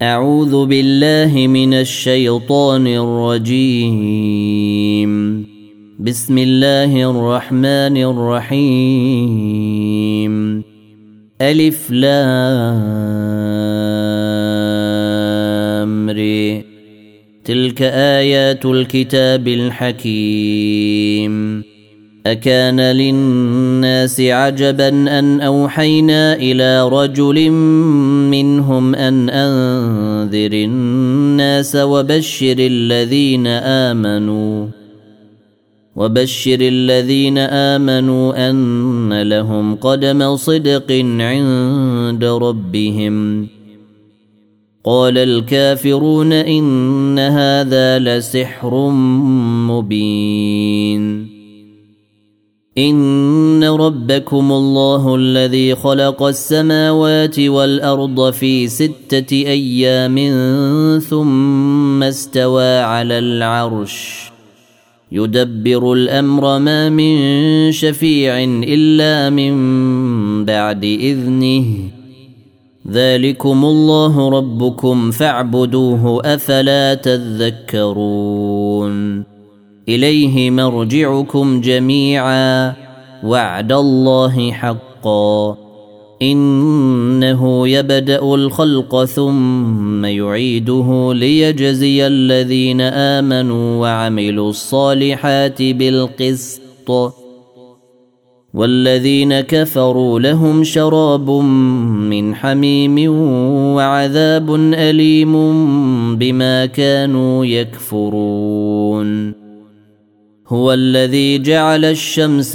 أعوذ بالله من الشيطان الرجيم. بسم الله الرحمن الرحيم. ألف لام ر. تلك آيات الكتاب الحكيم. أكان للناس عجبا أن أوحينا إلى رجل منهم أن أنذر الناس وبشر الذين آمنوا أن لهم قدم صدق عند ربهم. قال الكافرون إن هذا لسحر مبين. إن ربكم الله الذي خلق السماوات والأرض في 6 أيام ثم استوى على العرش يدبر الأمر ما من شفيع إلا من بعد إذنه. ذلكم الله ربكم فاعبدوه أفلا تذكرون. إليه مرجعكم جميعا وعد الله حقا. إنه يبدأ الخلق ثم يعيده ليجزي الذين آمنوا وعملوا الصالحات بالقسط والذين كفروا لهم شراب من حميم وعذاب أليم بما كانوا يكفرون. هو الذي جعل الشمس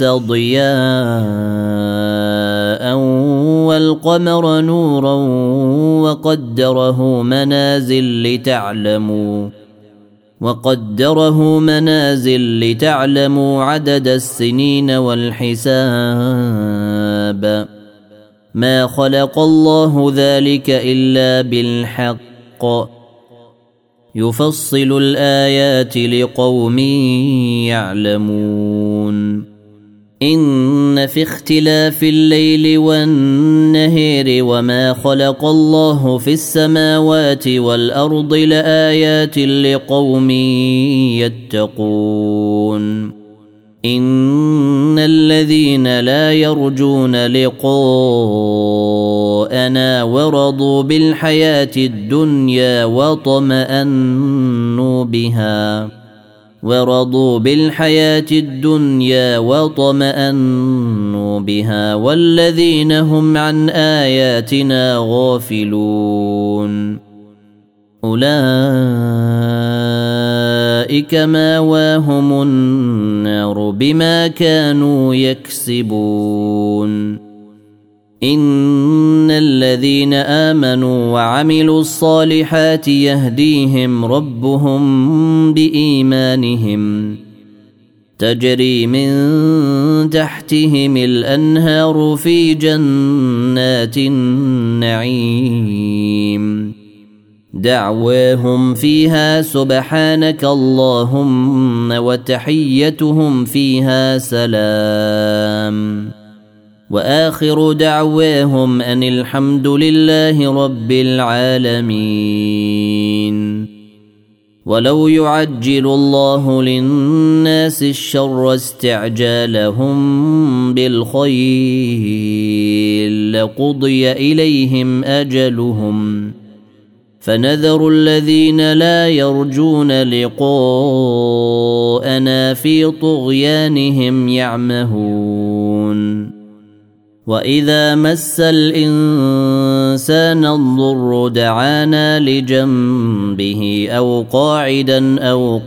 ضياء والقمر نورا وقدره منازل لتعلموا عدد السنين والحساب. ما خلق الله ذلك إلا بالحق. يفصل الآيات لقوم يعلمون. إن في اختلاف الليل والنهار وما خلق الله في السماوات والأرض لآيات لقوم يتقون. إن الذين لا يرجون لقاءنا ورضوا بالحياة الدنيا وطمأنوا بها والذين هم عن آياتنا غافلون أولئك مأواهم النار بما كانوا يكسبون. إن الذين آمنوا وعملوا الصالحات يهديهم ربهم بإيمانهم تجري من تحتهم الأنهار في جنات النعيم. دعواهم فيها سبحانك اللهم وتحيتهم فيها سلام وآخر دعواهم أن الحمد لله رب العالمين. ولو يعجل الله للناس الشر استعجالهم بالخير لقضي إليهم أجلهم فنذر الذين لا يرجون لقاءنا في طغيانهم يعمهون. وإذا مس الإنسان الضر دعانا لجنبه أو قاعدا أو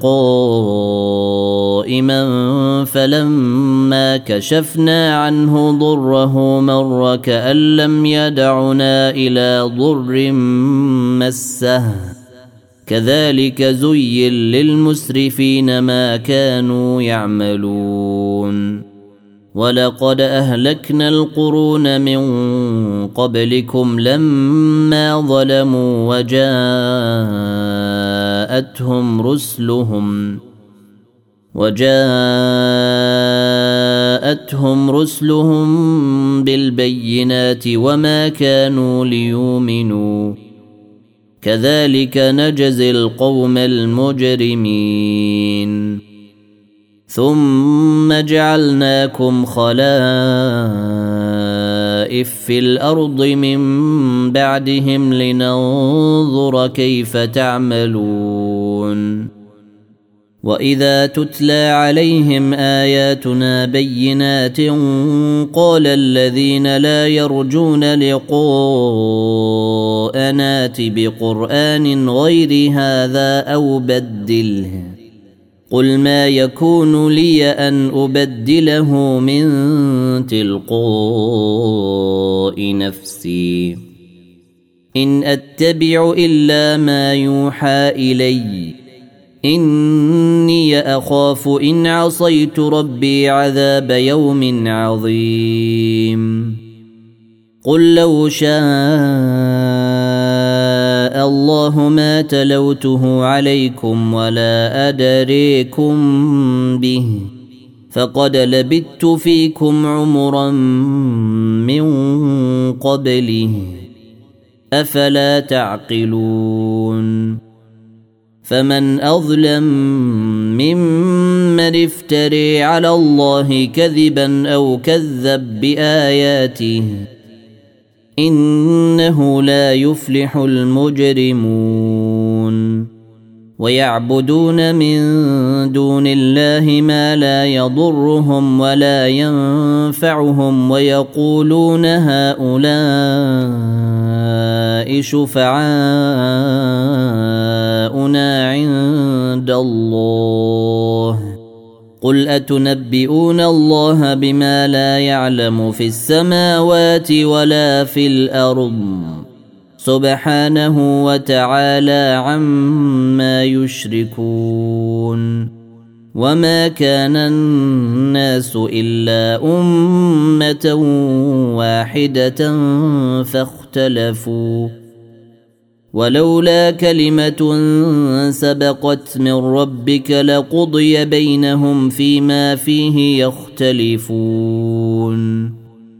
قائما فلما كشفنا عنه ضره مر كأن لم يدعنا إلى ضر مسه. كذلك زين للمسرفين ما كانوا يعملون. ولقد أهلكنا القرون من قبلكم لما ظلموا وجاءتهم رسلهم بالبينات وما كانوا ليؤمنوا كذلك نجزي القوم المجرمين ثم جعلناكم خلائف في الأرض من بعدهم لننظر كيف تعملون وإذا تتلى عليهم آياتنا بينات قال الذين لا يرجون لقاءنا ائت بقرآن غير هذا أو بدله قل ما يكون لي أن أبدله من تلقاء نفسي إن أتبع إلا ما يوحى إلي إني أخاف إن عصيت ربي عذاب يوم عظيم قل لو شاء الله ما تلوته عليكم ولا أدريكم به فقد لبثت فيكم عمرا من قبله أفلا تعقلون فمن أظلم ممن افتري على الله كذبا أو كذب بآياته إنه لا يفلح المجرمون ويعبدون من دون الله ما لا يضرهم ولا ينفعهم ويقولون هؤلاء شفعاؤنا عند الله قل أتنبئون الله بما لا يعلم في السماوات ولا في الأرض سبحانه وتعالى عما يشركون وما كان الناس إلا أمة واحدة فاختلفوا ولولا كلمة سبقت من ربك لقضي بينهم فيما فيه يختلفون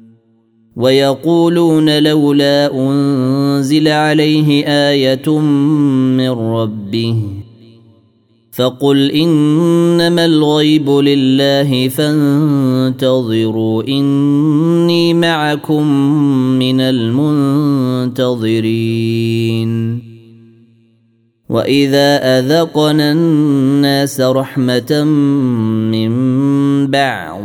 ويقولون لولا أنزل عليه آية من ربه فقل إنما الغيب لله فانتظروا إني معكم من المنتظرين وإذا أذقنا الناس رحمة من بعد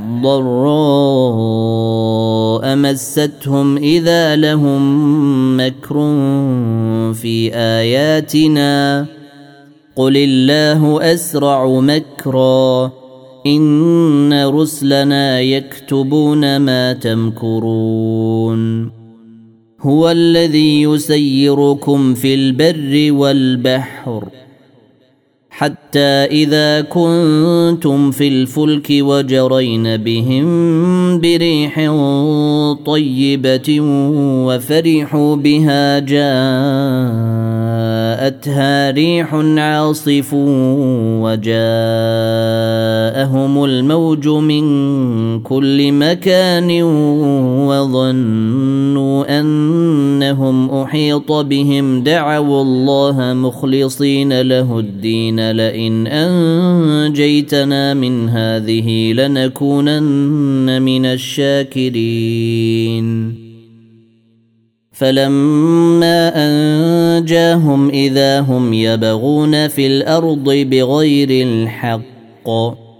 ضراء مستهم إذا لهم مكر في آياتنا قل الله أسرع مكرا إن رسلنا يكتبون ما تمكرون هو الذي يسيركم في البر والبحر حتى إذا كنتم في الفلك وجرين بهم بريح طيبة وفرحوا بها جاءتها ريح عاصف وجاءهم الموج من كل مكان وظنوا أنهم أحيط بهم دعوا الله مخلصين له الدين لئن أنجيتنا من هذه لنكونن من الشاكرين فلما أنجاهم إذا هم يبغون في الأرض بغير الحق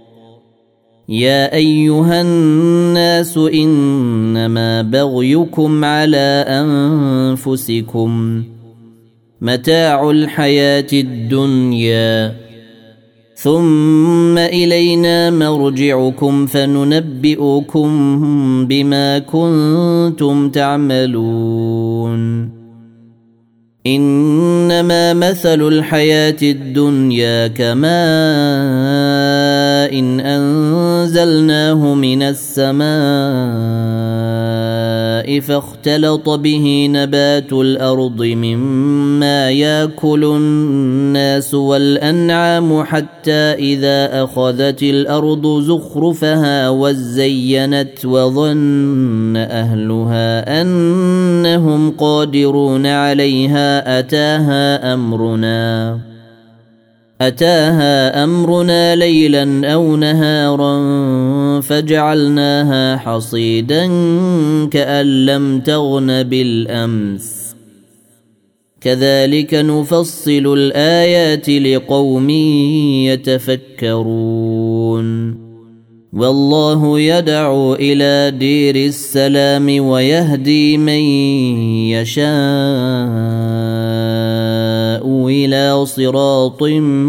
يا أيها الناس إنما بغيكم على أنفسكم متاع الحياة الدنيا ثم إلينا مرجعكم فننبئكم بما كنتم تعملون إنما مثل الحياة الدنيا كماء إن أنزلناه من السماء الماء فاختلط به نبات الأرض مما يأكل الناس والأنعام حتى إذا أخذت الأرض زخرفها وزينت وظن أهلها أنهم قادرون عليها أتاها أمرنا ليلا أو نهارا فجعلناها حصيدا كأن لم تغن بالأمس كذلك نفصل الآيات لقوم يتفكرون والله يدعو إلى دير السلام ويهدي من يشاء إلى صراط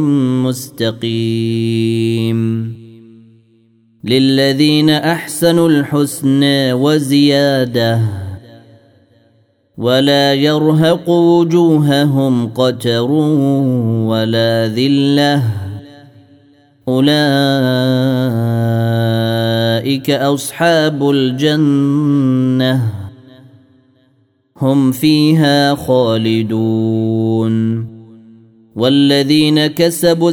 مستقيم للذين أحسنوا الحسنى وزيادة ولا يرهق وجوههم قتر ولا ذلة أولئك أصحاب الجنة هم فيها خالدون والذين كسبوا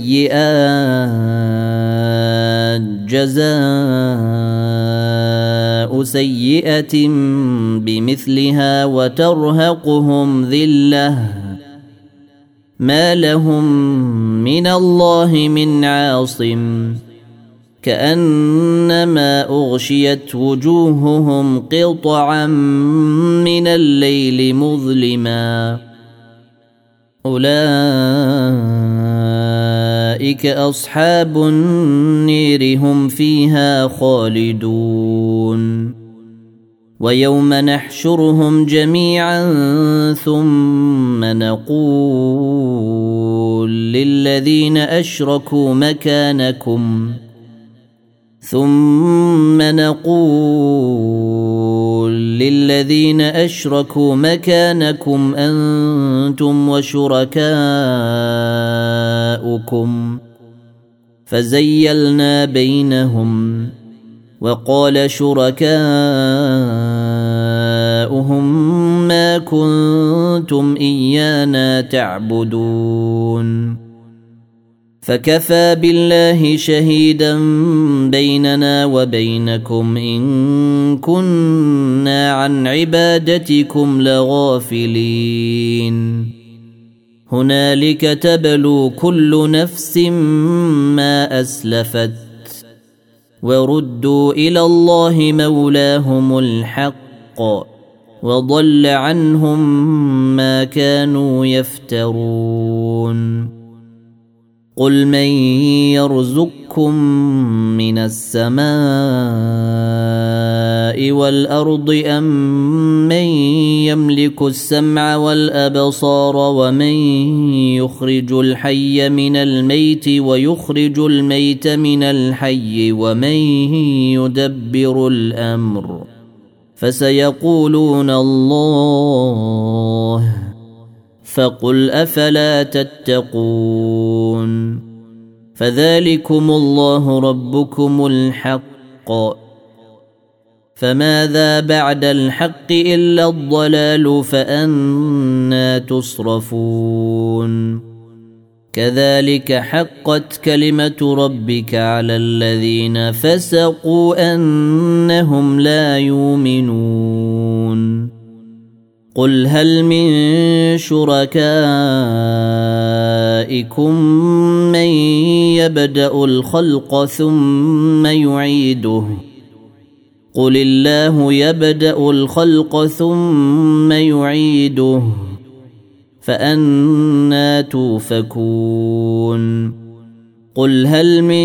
السيئات جزاء سيئة بمثلها وترهقهم ذلة ما لهم من الله من عاصم كأنما أغشيت وجوههم قطعا من الليل مظلما أولئك أصحاب النير هم فيها خالدون ويوم نحشرهم جميعا ثم نقول للذين أشركوا مكانكم أنتم وشركاؤكم فزيلنا بينهم وقال شركاؤهم ما كنتم إيانا تعبدون فكفى بالله شهيدا بيننا وبينكم إن كنا عن عبادتكم لغافلين هنالك تبلو كل نفس ما أسلفت وردوا إلى الله مولاهم الحق وضل عنهم ما كانوا يفترون قل من يرزقكم من السماء والأرض أم من يملك السمع والأبصار ومن يخرج الحي من الميت ويخرج الميت من الحي ومن يدبر الأمر فسيقولون الله فقل أفلا تتقون فذلكم الله ربكم الحق فماذا بعد الحق إلا الضلال فأنى تصرفون كذلك حقت كلمة ربك على الذين فسقوا أنهم لا يؤمنون قل هل من شركائكم من يبدأ الخلق ثم يعيده قل الله يبدأ الخلق ثم يعيده فأنى توفكون قل هل من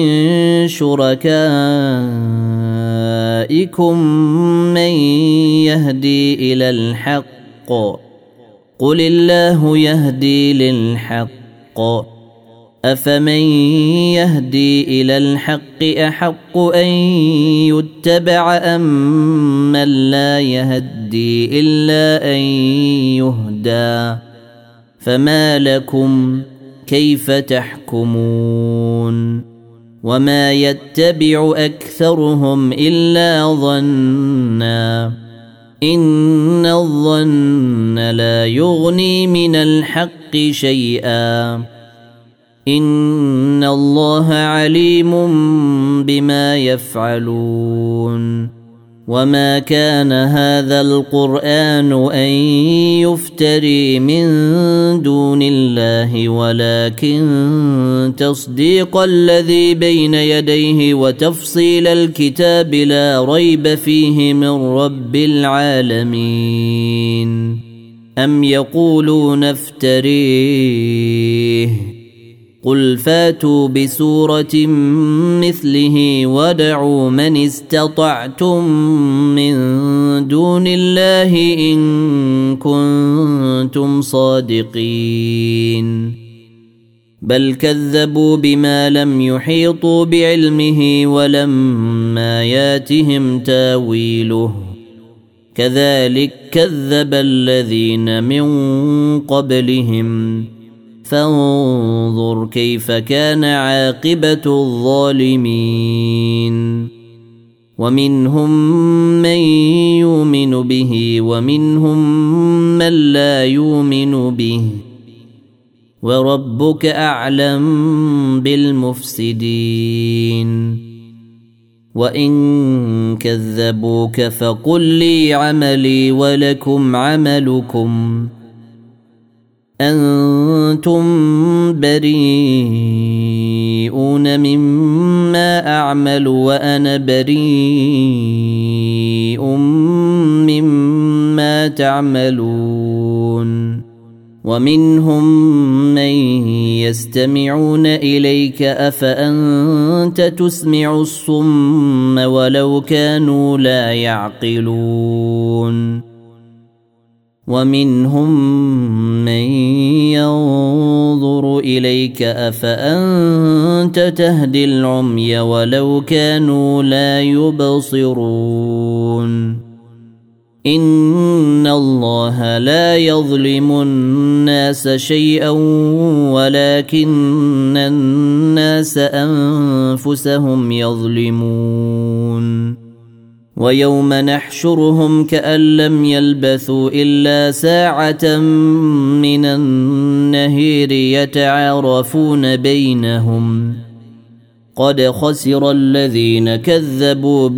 شركائكم من يهدي إلى الحق قل الله يهدي للحق أفمن يهدي إلى الحق أحق أن يتبع أم من لا يهدي إلا أن يهدى فما لكم كيف تحكمون وما يتبع أكثرهم إلا ظنّا إن الظن لا يغني من الحق شيئا إن الله عليم بما يفعلون وما كان هذا القرآن أن يفتري من دون الله ولكن تصديق الذي بين يديه وتفصيل الكتاب لا ريب فيه من رب العالمين أم يقولون افتريه قل فاتوا بسورة مثله ودعوا من استطعتم من دون الله إن كنتم صادقين بل كذبوا بما لم يحيطوا بعلمه ولما ياتهم تاويله كذلك كذب الذين من قبلهم فانظر كيف كان عاقبة الظالمين ومنهم من يؤمن به ومنهم من لا يؤمن به وربك أعلم بالمفسدين وإن كذبوك فقل لي عملي ولكم عملكم أنتم بريئون مما أعمل وأنا بريء مما تعملون ومنهم من يستمعون إليك أفأنت تسمع الصم ولو كانوا لا يعقلون ومنهم من ينظر إليك أفأنت تهدي العمي ولو كانوا لا يبصرون إن الله لا يظلم الناس شيئا ولكن الناس أنفسهم يظلمون ويوم نحشرهم كأن لم يلبثوا إلا ساعة من النهير يتعارفون بينهم قد خسر الذين كذبوا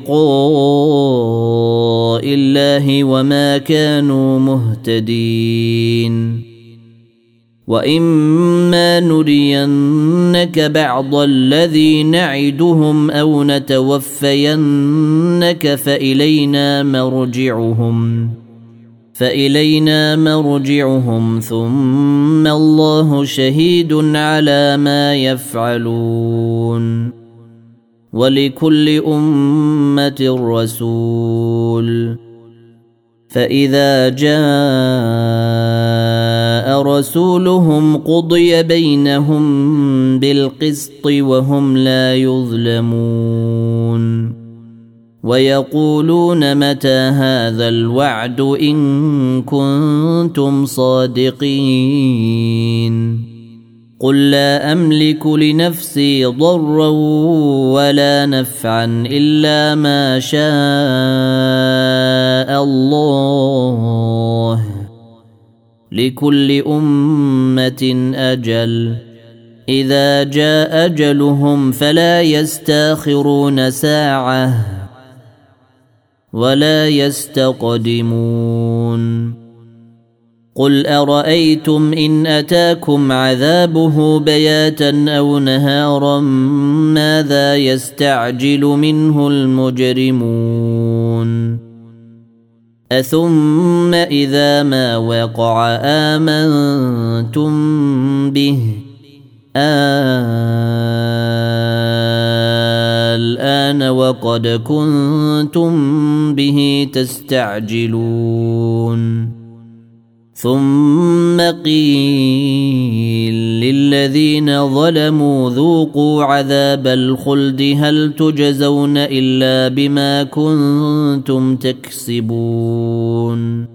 بلقاء الله وما كانوا مهتدين وإما نرينك بعض الذي نعدهم أو نتوفينك فإلينا مرجعهم ثم الله شهيد على ما يفعلون ولكل أمة رسول فإذا جاء رسولهم قضي بينهم بالقسط وهم لا يظلمون ويقولون متى هذا الوعد إن كنتم صادقين قل لا أملك لنفسي ضرا ولا نفعا إلا ما شاء الله لكل أمة أجل إذا جاء أجلهم فلا يستاخرون ساعة ولا يستقدمون قل أرأيتم إن أتاكم عذابه بياتا أو نهارا ماذا يستعجل منه المجرمون أثم إذا ما وقع آمنتم به الآن وقد كنتم به تستعجلون ثم قيل للذين ظلموا ذوقوا عذاب الخلد هل تجزون إلا بما كنتم تكسبون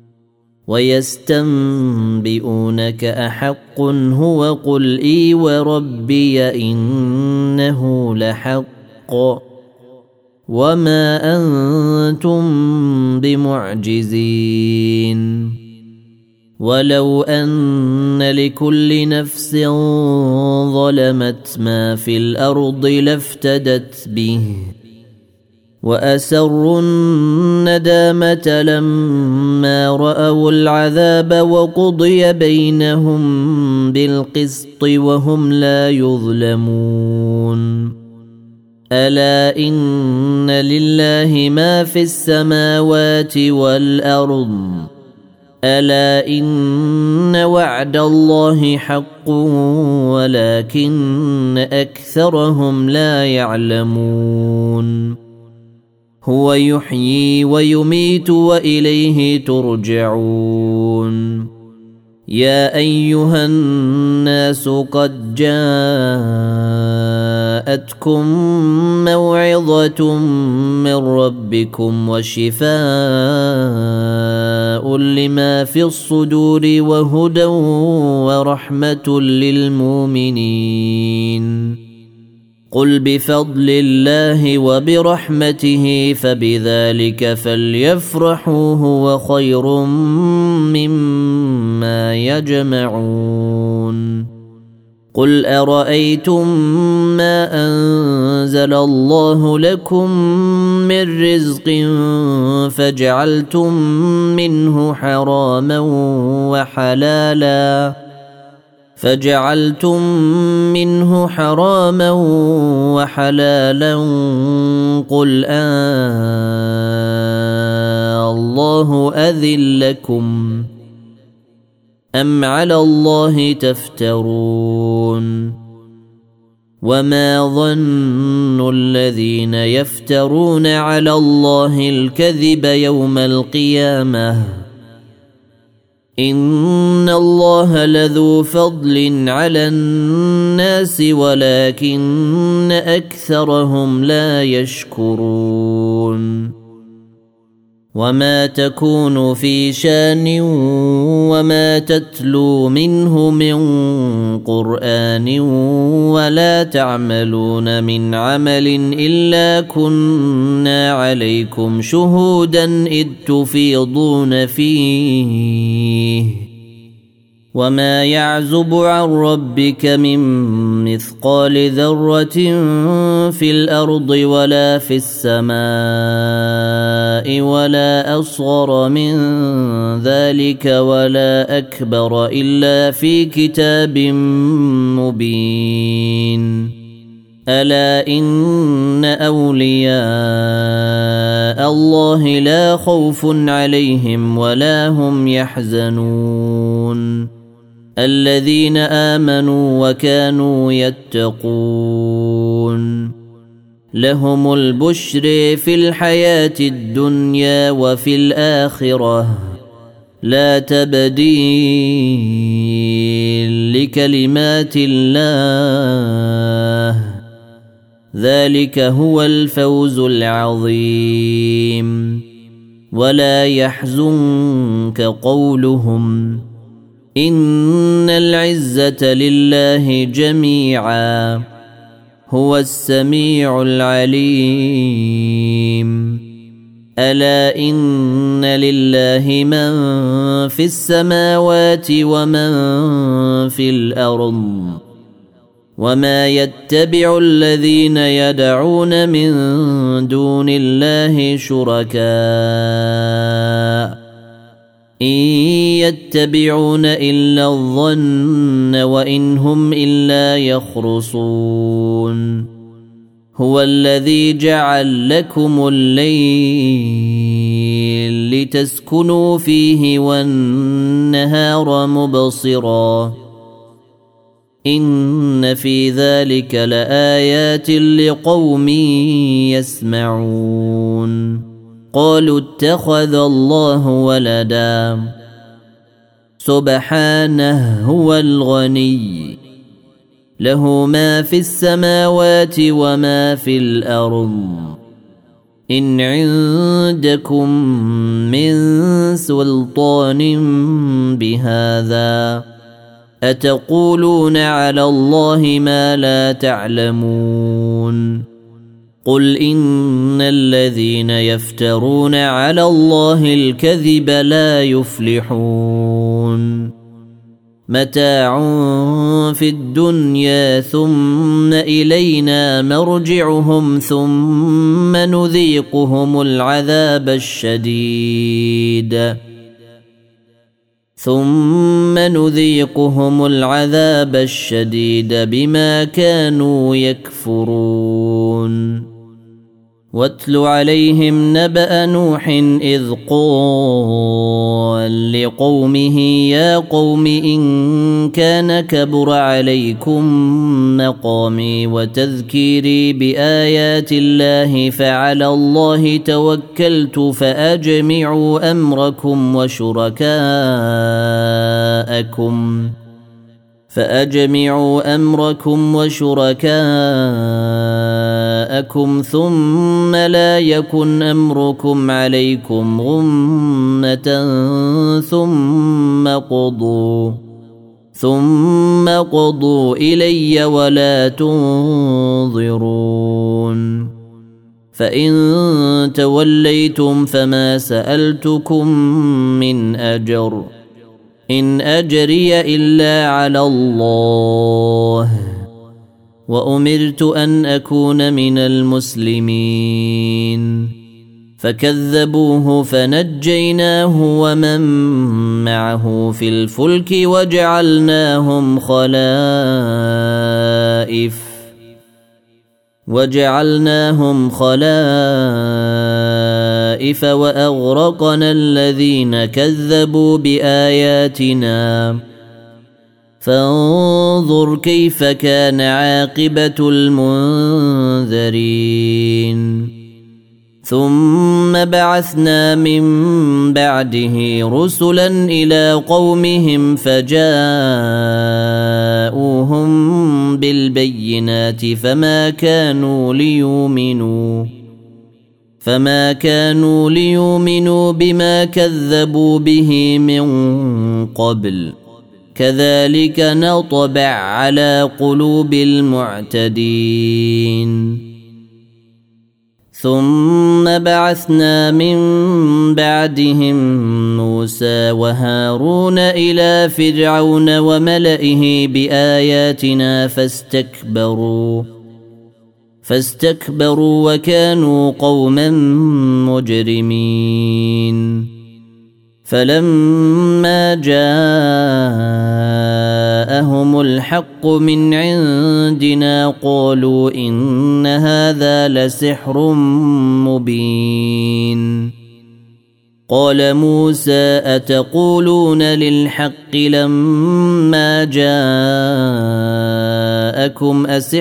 ويستنبئونك أحق هو قل إي وربي إنه لحق وما أنتم بمعجزين ولو أن لكل نفس ظلمت ما في الأرض لافتدت به وأسروا الندامة لما رأوا العذاب وقضي بينهم بالقسط وهم لا يظلمون ألا إن لله ما في السماوات والأرض ألا إن وعد الله حق ولكن أكثرهم لا يعلمون هو يحيي ويميت وإليه ترجعون يا أيها الناس قد جاءتكم موعظة من ربكم وشفاء لما في الصدور وهدى ورحمة للمؤمنين قل بفضل الله وبرحمته فبذلك فليفرحوا هو خير مما يجمعون قل أرأيتم ما أنزل الله لكم من رزق فجعلتم منه حراما وحلالا قل الله أذن لكم أم على الله تفترون وما ظن الذين يفترون على الله الكذب يوم القيامة إن الله لذو فضل على الناس ولكن أكثرهم لا يشكرون وما تكون في شان وما تتلو منه من قرآن ولا تعملون من عمل إلا كنا عليكم شهودا إذ تفيضون فيه وما يعزب عن ربك من مثقال ذرة في الأرض ولا في السماء ولا أصغر من ذلك ولا أكبر إلا في كتاب مبين ألا إن أولياء الله لا خوف عليهم ولا هم يحزنون الذين آمنوا وكانوا يتقون لهم البشر في الحياة الدنيا وفي الآخرة لا تبديل لكلمات الله ذلك هو الفوز العظيم ولا يحزنك قولهم إن العزة لله جميعا هو السميع العليم ألا إن لله من في السماوات ومن في الأرض وما يتبع الذين يدعون من دون الله شركاء إن يتبعون إلا الظن وإن هم إلا يخرصون هو الذي جعل لكم الليل لتسكنوا فيه والنهار مبصرا إن في ذلك لآيات لقوم يسمعون قالوا اتخذ الله ولدا سبحانه هو الغني له ما في السماوات وما في الأرض إن عندكم من سلطان بهذا أتقولون على الله ما لا تعلمون قل إن الذين يفترون على الله الكذب لا يفلحون متاع في الدنيا ثم إلينا مرجعهم ثم نذيقهم العذاب الشديد بما كانوا يكفرون واتل عليهم نبأ نوح إذ قال لقومه يا قوم إن كان كبر عليكم مقامي وتذكيري بآيات الله فعلى الله توكلت فأجمعوا أمركم وشركاءكم ثم لا يكن أمركم عليكم غمة ثم قضوا إلي ولا تنظرون فإن توليتم فما سألتكم من أجر إن أجري إلا على الله وأمرت أن أكون من المسلمين فكذبوه فنجيناه ومن معه في الفلك وجعلناهم خلائف وأغرقنا الذين كذبوا بآياتنا فانظر كيف كان عاقبة المنذرين ثم بعثنا من بعده رسلا إلى قومهم فجاءوهم بالبينات فما كانوا ليؤمنوا بما كذبوا به من قبل كذلك نطبع على قلوب المعتدين ثم بعثنا من بعدهم موسى وهارون إلى فرعون وملئه بآياتنا فاستكبروا وكانوا قوما مجرمين فلما جاءهم الحق من عندنا قالوا إن هذا لسحر مبين قال موسى أتقولون للحق لما جاءكم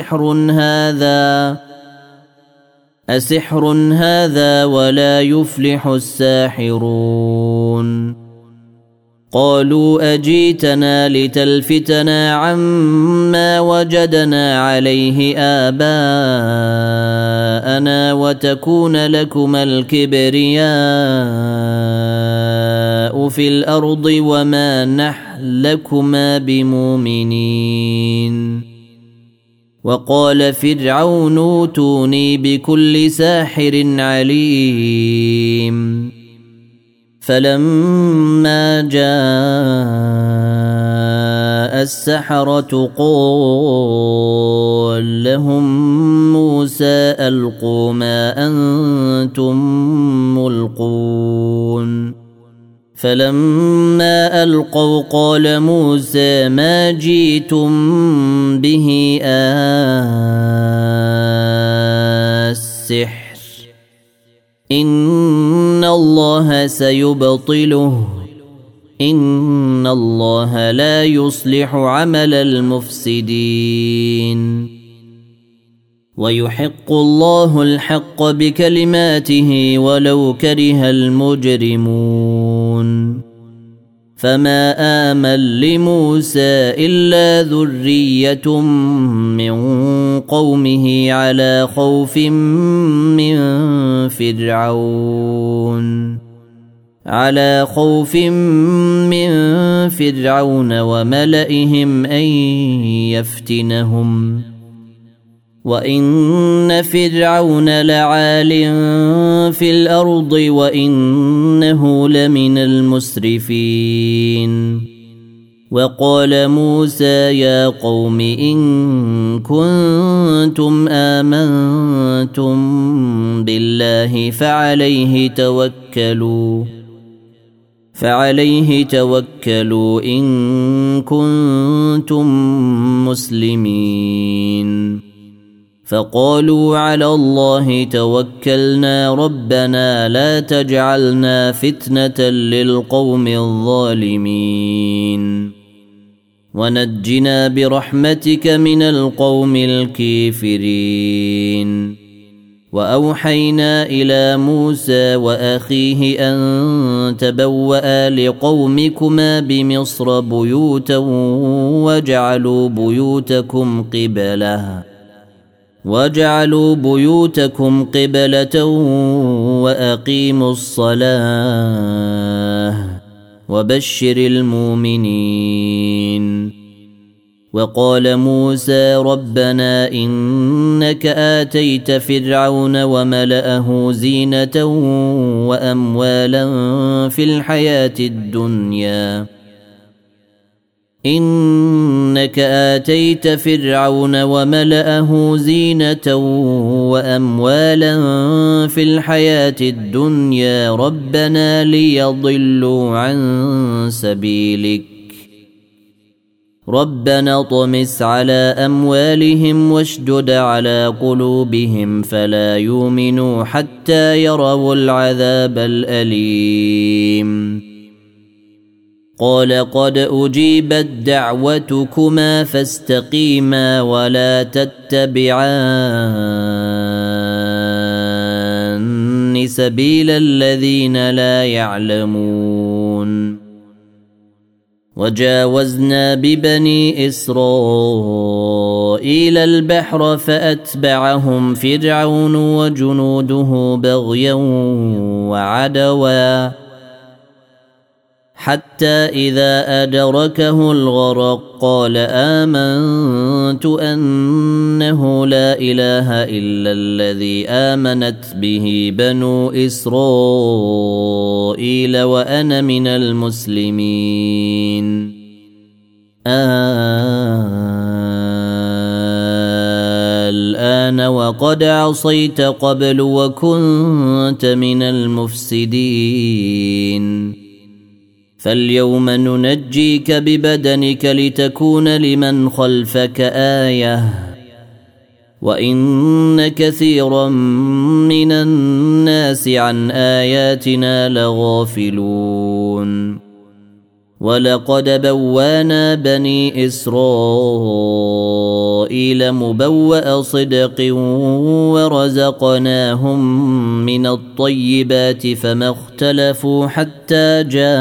أسحر هذا ولا يفلح الساحرون قالوا أجيتنا لتلفتنا عما وجدنا عليه آباءنا وتكون لكما الكبرياء في الأرض وما نحن لكما بمؤمنين وقال فرعون اوتوني بكل ساحر عليم فلما جاء السحرة قال لهم موسى ألقوا ما أنتم ملقون فلما ألقوا قال موسى ما جئتم به السحر إن الله سيبطله إن الله لا يصلح عمل المفسدين ويحق الله الحق بكلماته ولو كره المجرمون فما آمن لموسى إلا ذرية من قومه على خوف من فرعون وملئهم أن يفتنهم وإن فرعون لعال في الأرض وإنه لمن المسرفين وقال موسى يا قوم إن كنتم آمنتم بالله فعليه توكلوا إن كنتم مسلمين فقالوا على الله توكلنا ربنا لا تجعلنا فتنة للقوم الظالمين ونجنا برحمتك من القوم الكافرين وأوحينا إلى موسى وأخيه أن تبوأ لقومكما بمصر بيوتا وجعلوا بيوتكم قبلة وأقيموا الصلاة وبشر المؤمنين وقال موسى ربنا إنك آتيت فرعون وملأه زينة وأموالا في الحياة الدنيا إنك آتيت فرعون وملأه زينة وأموالا في الحياة الدنيا ربنا ليضلوا عن سبيلك ربنا طمس على أموالهم واشدد على قلوبهم فلا يؤمنوا حتى يروا العذاب الأليم قال قد أجيبت دعوتكما فاستقيما ولا تتبعان سبيل الذين لا يعلمون وجاوزنا ببني إسرائيل البحر فأتبعهم فرعون وجنوده بغيا وعدوا حتى إذا أدركه الغرق قال آمنت أنه لا إله إلا الذي آمنت به بنو إسرائيل وأنا من المسلمين الآن وقد عصيت قبل وكنت من المفسدين فاليوم ننجيك ببدنك لتكون لمن خلفك آية وإن كثيرا من الناس عن آياتنا لغافلون ولقد بوانا بني إسرائيل مبوأ صدق ورزقناهم من الطيبات فما اختلفوا حتى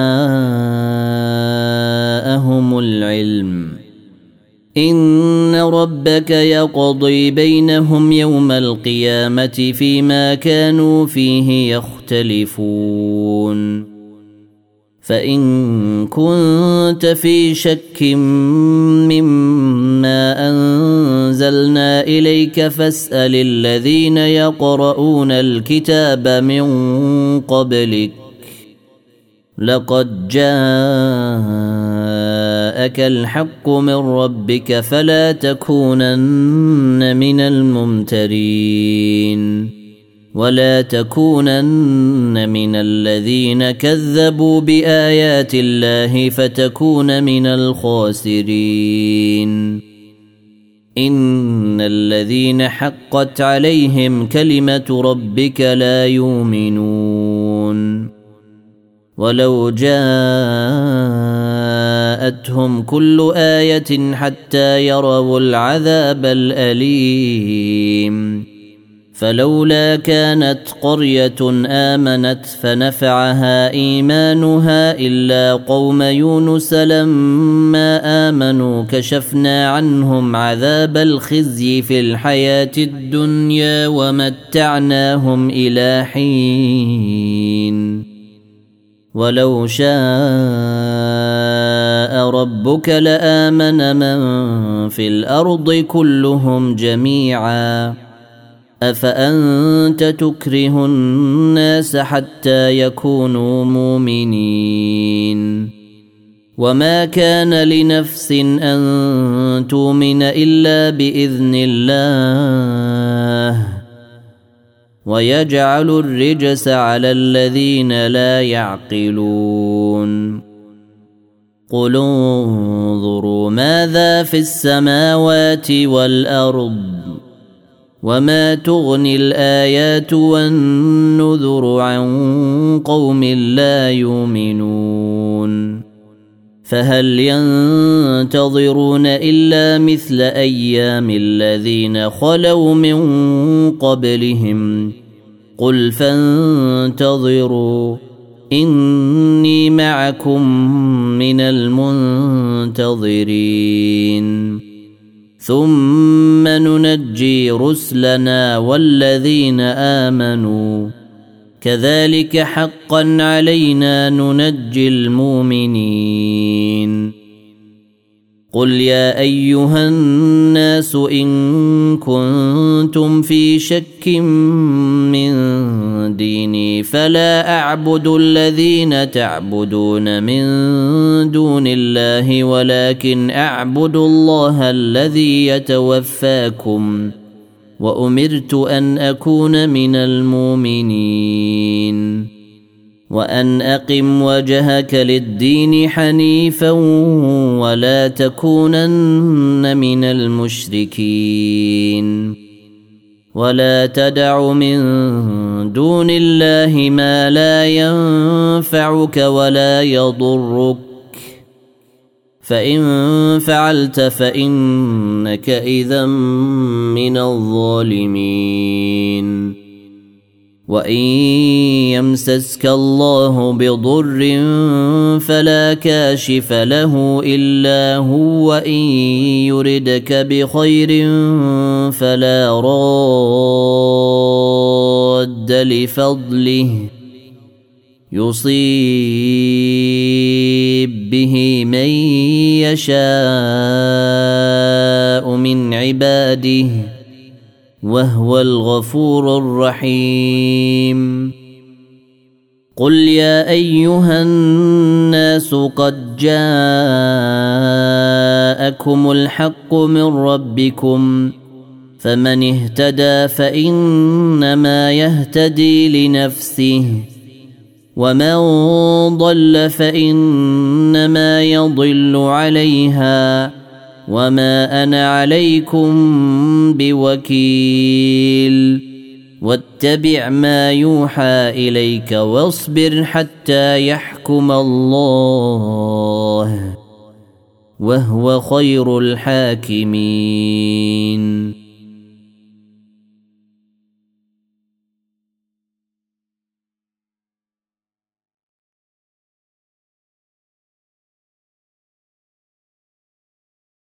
جاءهم العلم إن ربك يقضي بينهم يوم القيامة فيما كانوا فيه يختلفون فإن كنت في شك مما أنزلنا إليك فاسأل الذين يقرؤون الكتاب من قبلك لقد جاءك الحق من ربك فلا تكونن من الممترين ولا تكونن من الذين كذبوا بآيات الله فتكون من الخاسرين إن الذين حقت عليهم كلمة ربك لا يؤمنون ولو جاءتهم كل آية حتى يروا العذاب الأليم فلولا كانت قرية آمنت فنفعها إيمانها إلا قوم يونس لما آمنوا كشفنا عنهم عذاب الخزي في الحياة الدنيا ومتعناهم إلى حين ولو شاء ربك ربك لآمن من في الأرض كلهم جميعا أفأنت تكره الناس حتى يكونوا مؤمنين وما كان لنفس أن تؤمن إلا بإذن الله ويجعل الرجس على الذين لا يعقلون قل انظروا ماذا في السماوات والأرض وما تغني الآيات والنذر عن قوم لا يؤمنون فهل ينتظرون إلا مثل أيام الذين خلوا من قبلهم قل فانتظروا إني معكم من المنتظرين ثم ننجي رسلنا والذين آمنوا كذلك حقا علينا ننجي المؤمنين قل يا أيها الناس إن كنتم في شك من ديني فلا أعبد الذين تعبدون من دون الله ولكن أعبد الله الذي يتوفاكم وأمرت أن أكون من المؤمنين وأن أقم وجهك للدين حنيفا ولا تكونن من المشركين ولا تدع من دون الله ما لا ينفعك ولا يضرك فإن فعلت فإنك إذا من الظالمين وإن يمسسك الله بضر فلا كاشف له إلا هو وإن يردك بخير فلا راد لفضله يصيب به من يشاء من عباده وهو الغفور الرحيم قل يا أيها الناس قد جاءكم الحق من ربكم فمن اهتدى فإنما يهتدي لنفسه ومن ضل فإنما يضل عليها وما أنا عليكم بوكيل واتبع ما يوحى إليك واصبر حتى يحكم الله وهو خير الحاكمين